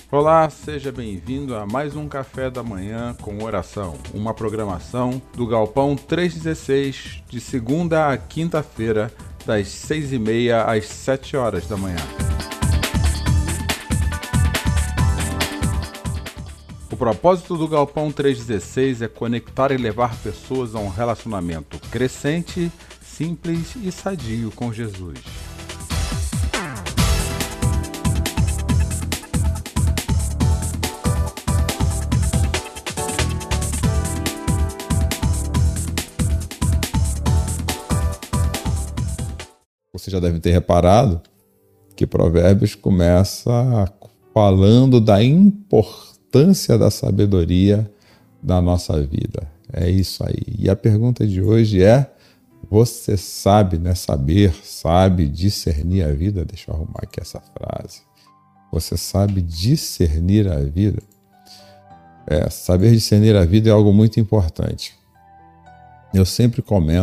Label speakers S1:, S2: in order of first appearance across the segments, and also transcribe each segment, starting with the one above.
S1: Olá, seja bem-vindo a mais um Café da Manhã com Oração, uma programação do Galpão 316, de segunda a quinta-feira, das 6h30 às 7h da manhã. O propósito do Galpão 316 é conectar e levar pessoas a um relacionamento crescente, simples e sadio com Jesus.
S2: Você já deve ter reparado que Provérbios começa falando da importância da sabedoria da nossa vida. É isso aí. E a pergunta de hoje é: você sabe, né? Sabe discernir a vida? Deixa eu arrumar aqui essa frase. Você sabe discernir a vida? Saber discernir a vida é algo muito importante. Eu sempre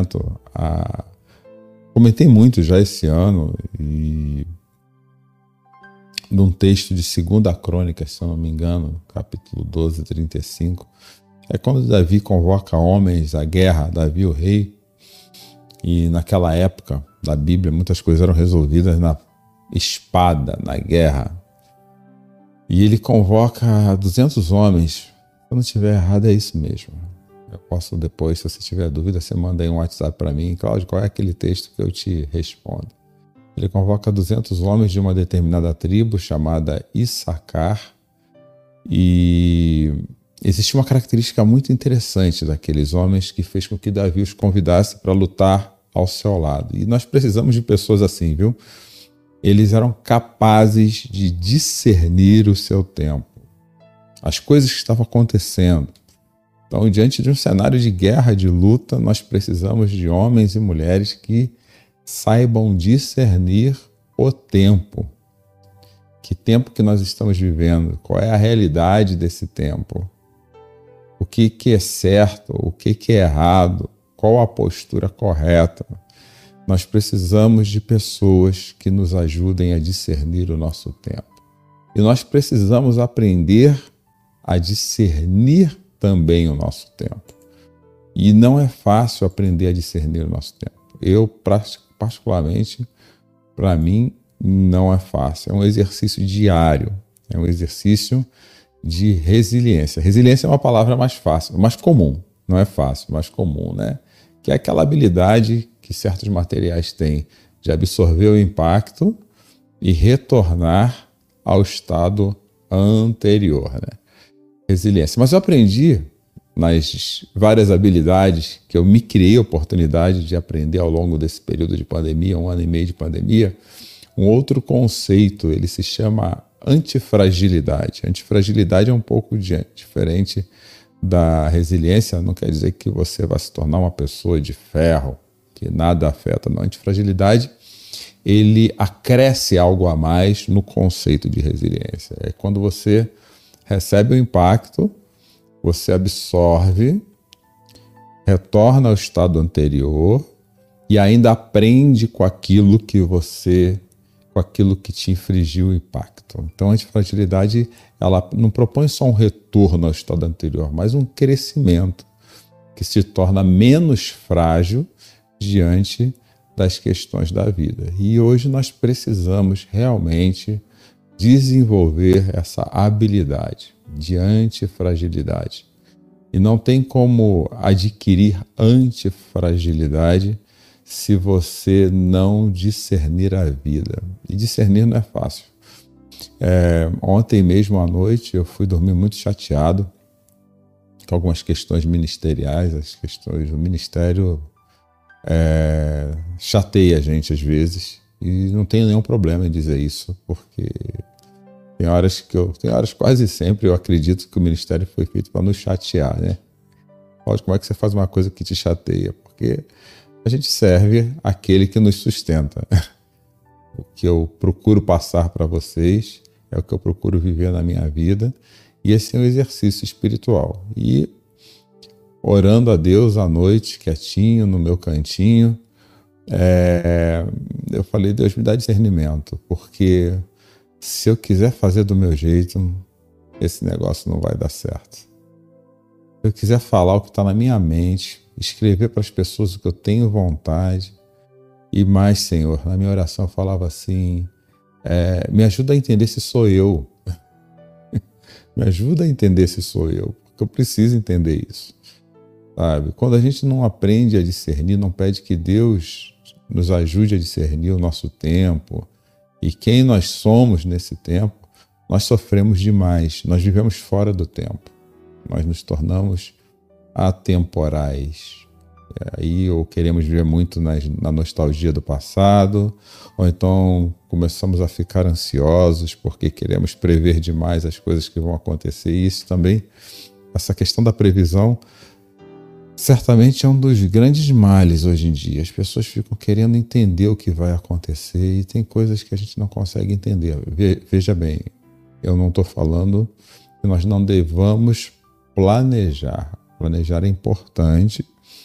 S2: comentei muito já esse ano, e num texto de 2 Crônicas, se eu não me engano, capítulo 12, 35, é quando Davi convoca homens à guerra, Davi o rei, e naquela época da Bíblia muitas coisas eram resolvidas na espada, na guerra, e ele convoca 200 homens. Se eu não estiver errado, é isso mesmo. Eu posso depois, se você tiver dúvida, você manda aí um WhatsApp para mim. Cláudio, qual é aquele texto que eu te respondo? Ele convoca 200 homens de uma determinada tribo chamada Issacar, e existe uma característica muito interessante daqueles homens que fez com que Davi os convidasse para lutar ao seu lado. E nós precisamos de pessoas assim, viu? Eles eram capazes de discernir o seu tempo, as coisas que estavam acontecendo. Então, diante de um cenário de guerra, de luta, nós precisamos de homens e mulheres que saibam discernir o tempo. Que tempo que nós estamos vivendo? Qual é a realidade desse tempo? O que é certo? O que é errado? Qual a postura correta? Nós precisamos de pessoas que nos ajudem a discernir o nosso tempo. E nós precisamos aprender a discernir também o nosso tempo. E não é fácil aprender a discernir o nosso tempo. Eu, particularmente, para mim, não é fácil. É um exercício diário. É um exercício de resiliência. Resiliência é uma palavra mais fácil, mais comum. Não é fácil, mais comum, né? Que é aquela habilidade que certos materiais têm de absorver o impacto e retornar ao estado anterior, né? Resiliência. Mas eu aprendi, nas várias habilidades que eu me criei a oportunidade de aprender ao longo desse período de pandemia, 1 ano e meio de pandemia, um outro conceito. Ele se chama antifragilidade. Antifragilidade é um pouco diferente da resiliência. Não quer dizer que você vai se tornar uma pessoa de ferro, que nada afeta. Não, antifragilidade, ele acresce algo a mais no conceito de resiliência. É quando você recebe o impacto, você absorve, retorna ao estado anterior e ainda aprende com aquilo que te infligiu o impacto. Então, a antifragilidade, ela não propõe só um retorno ao estado anterior, mas um crescimento que se torna menos frágil diante das questões da vida. E hoje nós precisamos realmente desenvolver essa habilidade de antifragilidade. E não tem como adquirir antifragilidade se você não discernir a vida. E discernir não é fácil. Ontem mesmo à noite eu fui dormir muito chateado com algumas questões ministeriais. As questões do ministério chateia a gente às vezes. E não tenho nenhum problema em dizer isso, porque tem horas quase sempre eu acredito que o ministério foi feito para nos chatear, né? Como é que você faz uma coisa que te chateia? Porque a gente serve aquele que nos sustenta. O que eu procuro passar para vocês é o que eu procuro viver na minha vida, e esse é um exercício espiritual. E orando a Deus à noite, quietinho, no meu cantinho, eu falei: Deus, me dá discernimento, porque se eu quiser fazer do meu jeito, esse negócio não vai dar certo. Se eu quiser falar o que está na minha mente, escrever para as pessoas o que eu tenho vontade, e mais, Senhor, na minha oração eu falava assim, me ajuda a entender se sou eu. Me ajuda a entender se sou eu, porque eu preciso entender isso. Sabe? Quando a gente não aprende a discernir, não pede que Deus nos ajude a discernir o nosso tempo e quem nós somos nesse tempo, nós sofremos demais, nós vivemos fora do tempo, nós nos tornamos atemporais. Aí ou queremos viver muito na nostalgia do passado, ou então começamos a ficar ansiosos porque queremos prever demais as coisas que vão acontecer. E isso também, essa questão da previsão, certamente é um dos grandes males hoje em dia. As pessoas ficam querendo entender o que vai acontecer e tem coisas que a gente não consegue entender. Veja bem, eu não estou falando que nós não devamos planejar. Planejar é importante,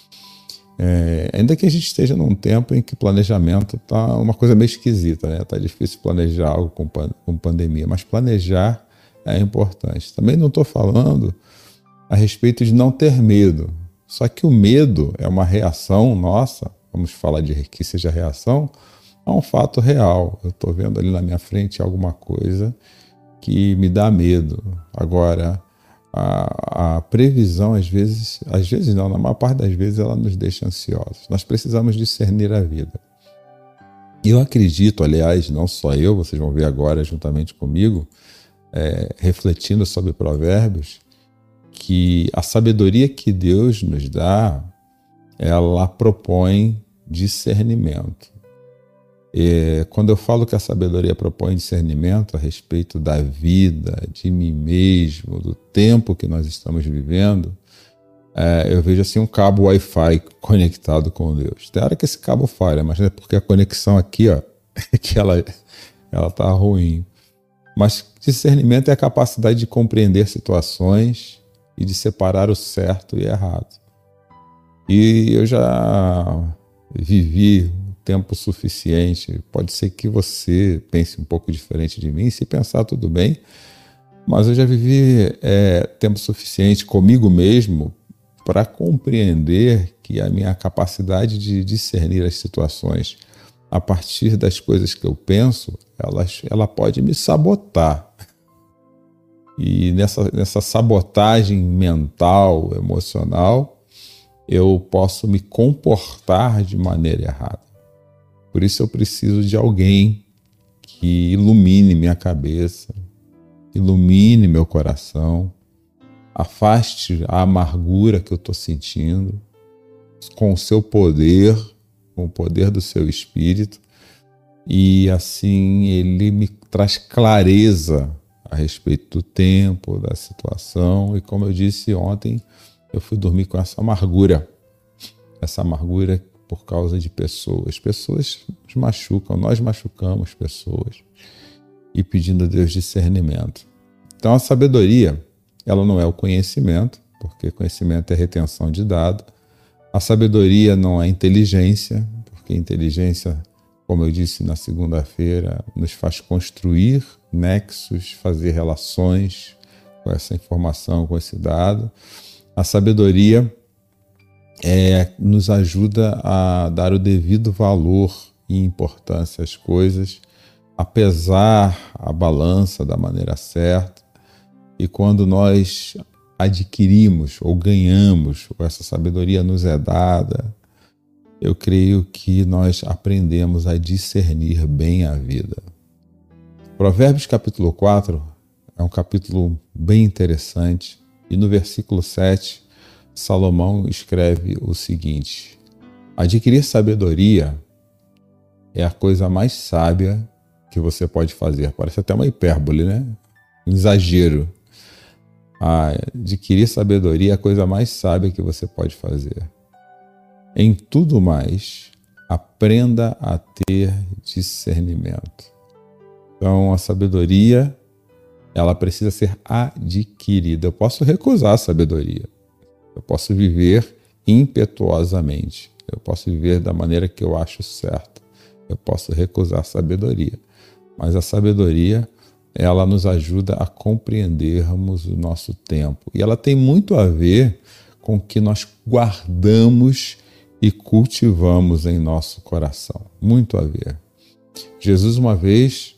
S2: ainda que a gente esteja num tempo em que planejamento está uma coisa meio esquisita, né? Está difícil planejar algo com pandemia, mas planejar é importante. Também não estou falando a respeito de não ter medo. Só que o medo é uma reação nossa, vamos falar de que seja reação, a um fato real. Eu estou vendo ali na minha frente alguma coisa que me dá medo. Agora, a previsão, às vezes não, na maior parte das vezes ela nos deixa ansiosos. Nós precisamos discernir a vida. E eu acredito, aliás, não só eu, vocês vão ver agora juntamente comigo, refletindo sobre Provérbios, que a sabedoria que Deus nos dá, ela propõe discernimento. Quando eu falo que a sabedoria propõe discernimento a respeito da vida, de mim mesmo, do tempo que nós estamos vivendo, eu vejo assim um cabo Wi-Fi conectado com Deus. Tem hora que esse cabo falha, mas é porque a conexão aqui, ó, que ela tá ruim. Mas discernimento é a capacidade de compreender situações e de separar o certo e errado. E eu já vivi tempo suficiente, pode ser que você pense um pouco diferente de mim, se pensar tudo bem, mas eu já vivi tempo suficiente comigo mesmo para compreender que a minha capacidade de discernir as situações a partir das coisas que eu penso, ela pode me sabotar. E nessa sabotagem mental, emocional, eu posso me comportar de maneira errada. Por isso eu preciso de alguém que ilumine minha cabeça, ilumine meu coração, afaste a amargura que eu estou sentindo com o seu poder, com o poder do seu Espírito, e assim ele me traz clareza a respeito do tempo, da situação, e como eu disse ontem, eu fui dormir com essa amargura por causa de pessoas. Pessoas nos machucam, nós machucamos pessoas, e pedindo a Deus discernimento. Então a sabedoria, ela não é o conhecimento, porque conhecimento é retenção de dado. A sabedoria não é inteligência, porque inteligência, como eu disse na segunda-feira, nos faz construir nexos, fazer relações com essa informação, com esse dado. A sabedoria nos ajuda a dar o devido valor e importância às coisas, a pesar a balança da maneira certa. E quando nós adquirimos ou ganhamos, ou essa sabedoria nos é dada, eu creio que nós aprendemos a discernir bem a vida. Provérbios capítulo 4 é um capítulo bem interessante, e no versículo 7, Salomão escreve o seguinte: adquirir sabedoria é a coisa mais sábia que você pode fazer. Parece até uma hipérbole, né? Um exagero. Adquirir sabedoria é a coisa mais sábia que você pode fazer. Em tudo mais, aprenda a ter discernimento. Então, a sabedoria, ela precisa ser adquirida. Eu posso recusar a sabedoria. Eu posso viver impetuosamente. Eu posso viver da maneira que eu acho certa. Eu posso recusar a sabedoria. Mas a sabedoria ela nos ajuda a compreendermos o nosso tempo. E ela tem muito a ver com o que nós guardamos e cultivamos em nosso coração. Muito a ver. Jesus, uma vez,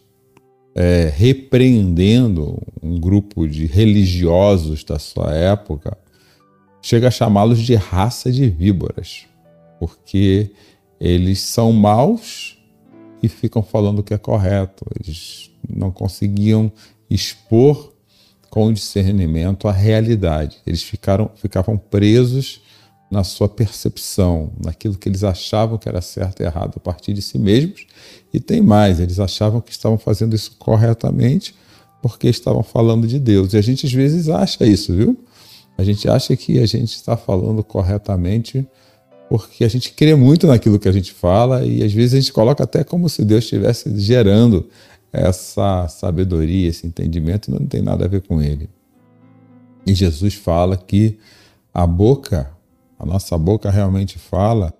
S2: repreendendo um grupo de religiosos da sua época, chega a chamá-los de raça de víboras, porque eles são maus e ficam falando o que é correto. Eles não conseguiam expor com discernimento a realidade. Eles ficavam presos na sua percepção, naquilo que eles achavam que era certo e errado a partir de si mesmos. E tem mais, eles achavam que estavam fazendo isso corretamente porque estavam falando de Deus. E a gente às vezes acha isso, viu? A gente acha que a gente está falando corretamente porque a gente crê muito naquilo que a gente fala e às vezes a gente coloca até como se Deus estivesse gerando essa sabedoria, esse entendimento, e não tem nada a ver com ele. E Jesus fala que a nossa boca realmente fala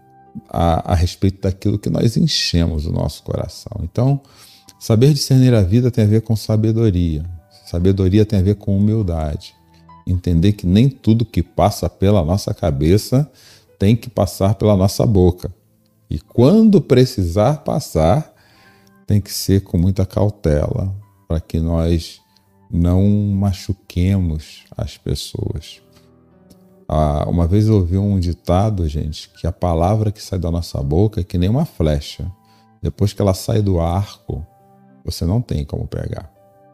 S2: a respeito daquilo que nós enchemos o nosso coração. Então, saber discernir a vida tem a ver com sabedoria. Sabedoria tem a ver com humildade. Entender que nem tudo que passa pela nossa cabeça tem que passar pela nossa boca. E quando precisar passar, tem que ser com muita cautela, para que nós não machuquemos as pessoas. Uma vez eu ouvi um ditado, gente, que a palavra que sai da nossa boca é que nem uma flecha. Depois que ela sai do arco, você não tem como pegar.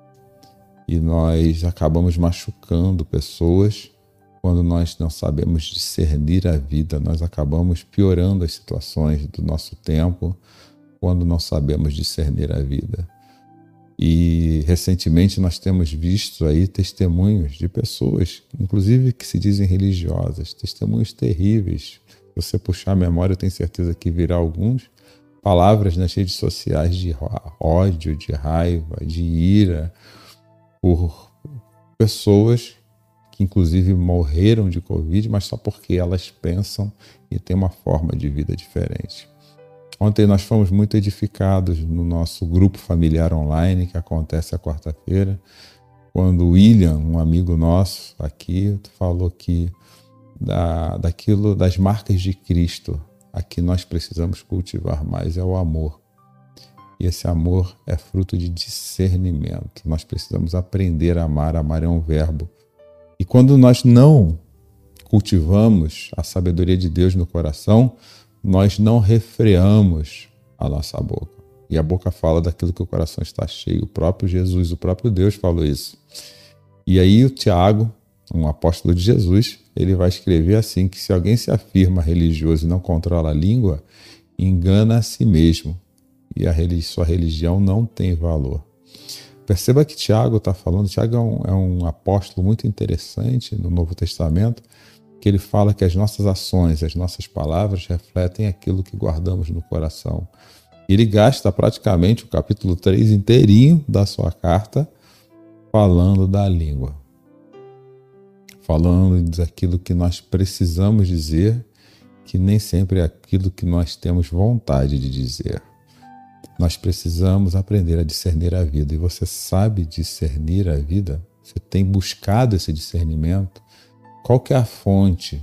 S2: E nós acabamos machucando pessoas quando nós não sabemos discernir a vida. Nós acabamos piorando as situações do nosso tempo quando não sabemos discernir a vida. E recentemente nós temos visto aí testemunhos de pessoas, inclusive que se dizem religiosas, testemunhos terríveis. Se você puxar a memória, eu tenho certeza que virá alguns, palavras nas redes sociais de ódio, de raiva, de ira, por pessoas que inclusive morreram de Covid, mas só porque elas pensam e têm uma forma de vida diferente. Ontem nós fomos muito edificados no nosso grupo familiar online, que acontece a quarta-feira, quando o William, um amigo nosso aqui, falou que das marcas de Cristo, a que nós precisamos cultivar mais é o amor. E esse amor é fruto de discernimento. Nós precisamos aprender a amar. Amar é um verbo. E quando nós não cultivamos a sabedoria de Deus no coração, nós não refreamos a nossa boca. E a boca fala daquilo que o coração está cheio. O próprio Jesus, o próprio Deus falou isso. E aí o Tiago, um apóstolo de Jesus, ele vai escrever assim, que se alguém se afirma religioso e não controla a língua, engana a si mesmo. E sua religião não tem valor. Perceba que Tiago está falando, Tiago é um apóstolo muito interessante no Novo Testamento, que ele fala que as nossas ações, as nossas palavras refletem aquilo que guardamos no coração. Ele gasta praticamente o capítulo 3 inteirinho da sua carta falando da língua. Falando daquilo que nós precisamos dizer, que nem sempre é aquilo que nós temos vontade de dizer. Nós precisamos aprender a discernir a vida. E você sabe discernir a vida? Você tem buscado esse discernimento? Qual que é a fonte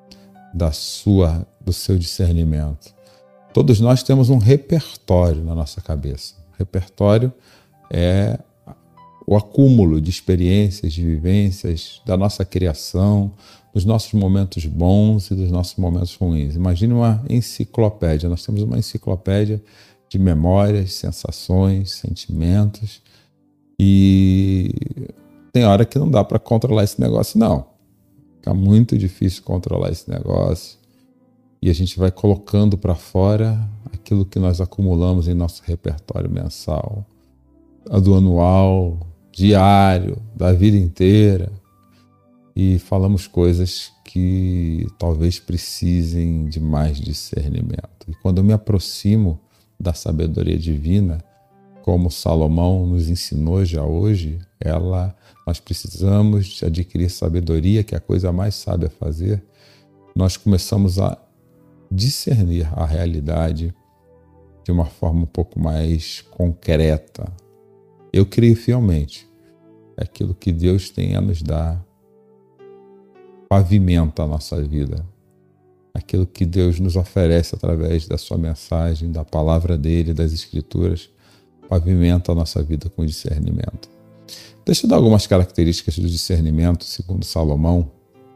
S2: do seu discernimento? Todos nós temos um repertório na nossa cabeça. O repertório é o acúmulo de experiências, de vivências, da nossa criação, dos nossos momentos bons e dos nossos momentos ruins. Imagine uma enciclopédia. Nós temos uma enciclopédia de memórias, sensações, sentimentos. E tem hora que não dá para controlar esse negócio, não. Fica muito difícil controlar esse negócio. E a gente vai colocando para fora aquilo que nós acumulamos em nosso repertório mensal, do anual, diário, da vida inteira. E falamos coisas que talvez precisem de mais discernimento. E quando eu me aproximo da sabedoria divina, como Salomão nos ensinou já hoje, nós precisamos adquirir sabedoria, que é a coisa mais sábia a fazer. Nós começamos a discernir a realidade de uma forma um pouco mais concreta. Eu creio fielmente. É aquilo que Deus tem a nos dar. Pavimenta a nossa vida. Aquilo que Deus nos oferece através da sua mensagem, da palavra dele, das escrituras, pavimenta a nossa vida com discernimento. Deixa eu dar algumas características do discernimento, segundo Salomão,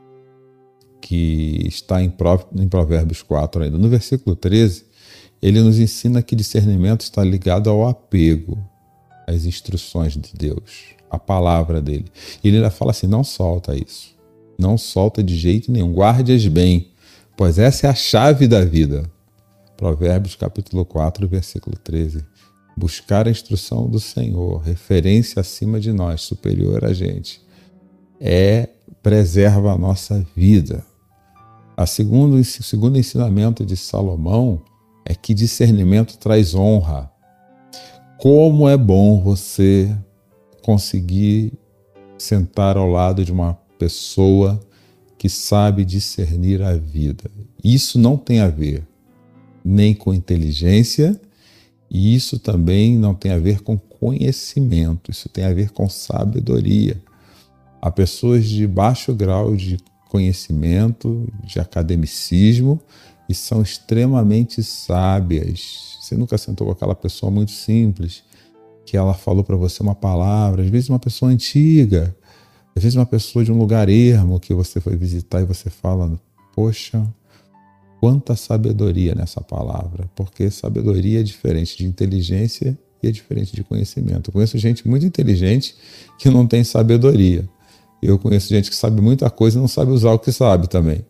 S2: que está em Provérbios 4 ainda. No versículo 13, ele nos ensina que discernimento está ligado ao apego às instruções de Deus, à palavra dele. E ele ainda fala assim, não solta isso. Não solta de jeito nenhum, guarde-as bem, pois essa é a chave da vida. Provérbios capítulo 4, versículo 13. Buscar a instrução do Senhor, referência acima de nós, superior a gente, preserva a nossa vida. O segundo ensinamento de Salomão é que discernimento traz honra. Como é bom você conseguir sentar ao lado de uma pessoa que sabe discernir a vida. Isso não tem a ver nem com inteligência, e isso também não tem a ver com conhecimento, isso tem a ver com sabedoria. Há pessoas de baixo grau de conhecimento, de academicismo, e são extremamente sábias. Você nunca sentou com aquela pessoa muito simples, que ela falou para você uma palavra, às vezes uma pessoa antiga, às vezes uma pessoa de um lugar ermo que você foi visitar e você fala, poxa, quanta sabedoria nessa palavra, porque sabedoria é diferente de inteligência e é diferente de conhecimento. Eu conheço gente muito inteligente que não tem sabedoria. Eu conheço gente que sabe muita coisa e não sabe usar o que sabe também.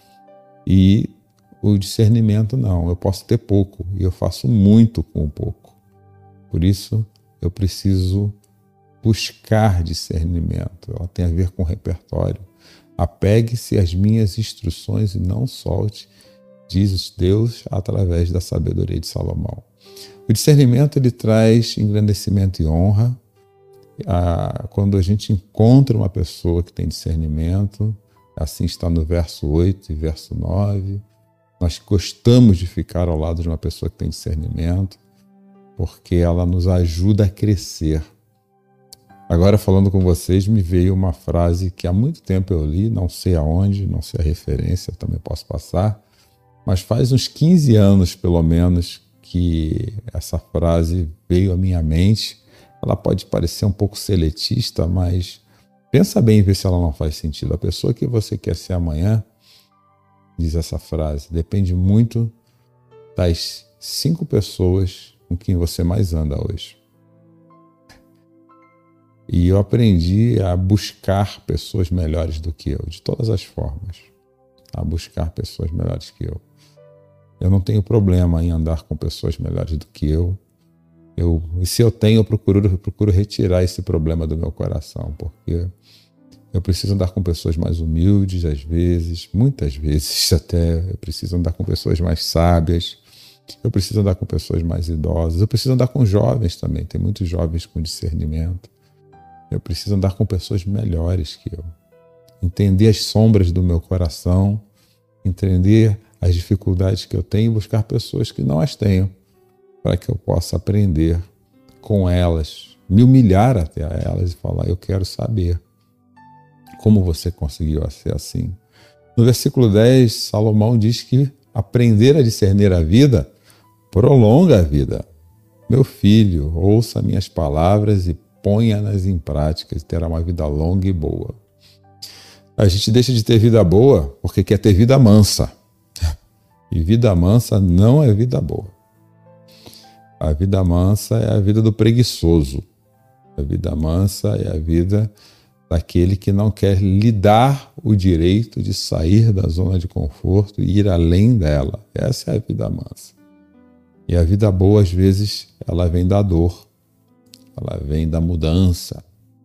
S2: E o discernimento não, eu posso ter pouco e eu faço muito com pouco. Por isso eu preciso buscar discernimento. Ela tem a ver com repertório. Apegue-se às minhas instruções e não solte, diz Deus através da sabedoria de Salomão. O discernimento ele traz engrandecimento e honra. Quando a gente encontra uma pessoa que tem discernimento, assim está no verso 8 e verso 9, nós gostamos de ficar ao lado de uma pessoa que tem discernimento, porque ela nos ajuda a crescer. Agora, falando com vocês, me veio uma frase que há muito tempo eu li, não sei aonde, não sei a referência, também posso passar, mas faz uns 15 anos, pelo menos, que essa frase veio à minha mente. Ela pode parecer um pouco seletista, mas pensa bem e vê se ela não faz sentido. A pessoa que você quer ser amanhã, diz essa frase, depende muito das 5 pessoas com quem você mais anda hoje. E eu aprendi a buscar pessoas melhores do que eu, de todas as formas. A buscar pessoas melhores que eu. Eu não tenho problema em andar com pessoas melhores do que eu. E se eu tenho, eu procuro retirar esse problema do meu coração, porque eu preciso andar com pessoas mais humildes, às vezes, muitas vezes até. Eu preciso andar com pessoas mais sábias. Eu preciso andar com pessoas mais idosas. Eu preciso andar com jovens também. Tem muitos jovens com discernimento. Eu preciso andar com pessoas melhores que eu. Entender as sombras do meu coração, entender as dificuldades que eu tenho e buscar pessoas que não as tenham, para que eu possa aprender com elas, me humilhar até a elas e falar, eu quero saber como você conseguiu ser assim. No versículo 10, Salomão diz que aprender a discernir a vida prolonga a vida. Meu filho, ouça minhas palavras e ponha-nas em prática, e terá uma vida longa e boa. A gente deixa de ter vida boa porque quer ter vida mansa. E vida mansa não é vida boa. A vida mansa é a vida do preguiçoso. A vida mansa é a vida daquele que não quer lhe dar o direito de sair da zona de conforto e ir além dela. Essa é a vida mansa. E a vida boa, às vezes, ela vem da dor. Ela vem da mudança.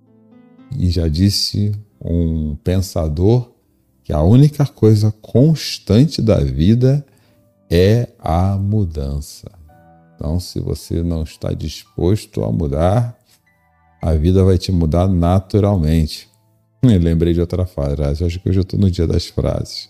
S2: E já disse um pensador que a única coisa constante da vida é a mudança. Então, se você não está disposto a mudar, a vida vai te mudar naturalmente. Eu lembrei de outra frase, acho que hoje eu estou no dia das frases.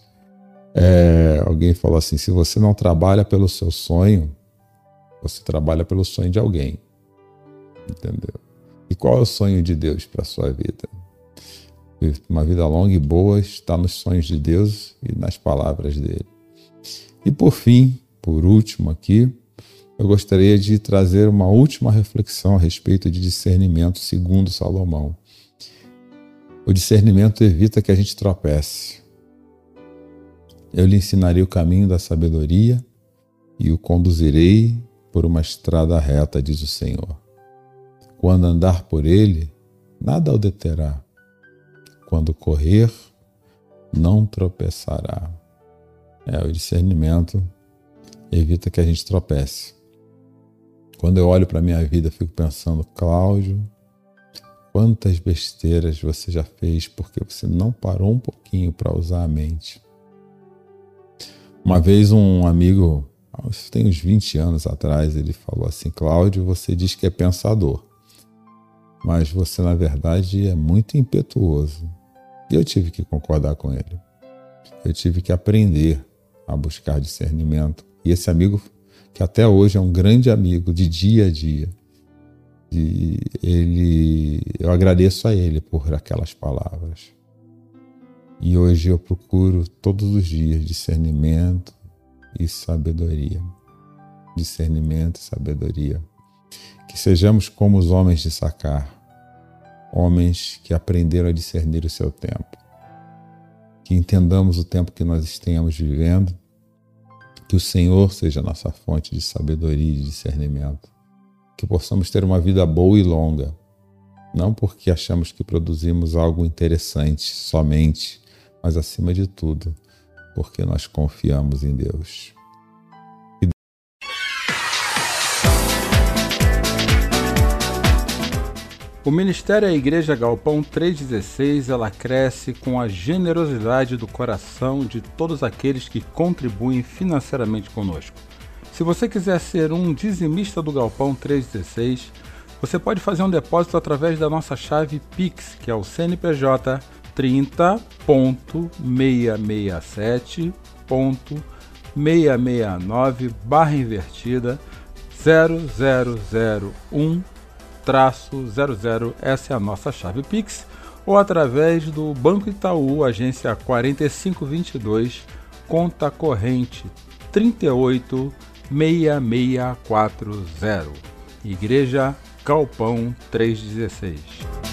S2: Alguém falou assim, se você não trabalha pelo seu sonho, você trabalha pelo sonho de alguém. Entendeu? E qual é o sonho de Deus para a sua vida? Uma vida longa e boa está nos sonhos de Deus e nas palavras dele. E por fim, por último aqui, eu gostaria de trazer uma última reflexão a respeito de discernimento segundo Salomão. O discernimento evita que a gente tropece. Eu lhe ensinarei o caminho da sabedoria e o conduzirei por uma estrada reta, diz o Senhor. Quando andar por ele, nada o deterá. Quando correr, não tropeçará. O discernimento evita que a gente tropece. Quando eu olho para a minha vida, eu fico pensando, Cláudio, quantas besteiras você já fez porque você não parou um pouquinho para usar a mente. Uma vez um amigo, tem uns 20 anos atrás, ele falou assim, Cláudio, você diz que é pensador, mas você na verdade é muito impetuoso. E eu tive que concordar com ele. Eu tive que aprender a buscar discernimento. E esse amigo, que até hoje é um grande amigo de dia a dia, eu agradeço a ele por aquelas palavras. E hoje eu procuro todos os dias discernimento e sabedoria. Discernimento e sabedoria. Que sejamos como os homens de Sacar, homens que aprenderam a discernir o seu tempo. Que entendamos o tempo que nós estamos vivendo, que o Senhor seja a nossa fonte de sabedoria e de discernimento. Que possamos ter uma vida boa e longa, não porque achamos que produzimos algo interessante somente, mas acima de tudo, porque nós confiamos em Deus.
S1: O Ministério e a Igreja Galpão 316, ela cresce com a generosidade do coração de todos aqueles que contribuem financeiramente conosco. Se você quiser ser um dizimista do Galpão 316, você pode fazer um depósito através da nossa chave Pix, que é o CNPJ 30.667.669/0001-00, essa é a nossa chave Pix, ou através do Banco Itaú, agência 4522, conta corrente 386640, Igreja Galpão 316.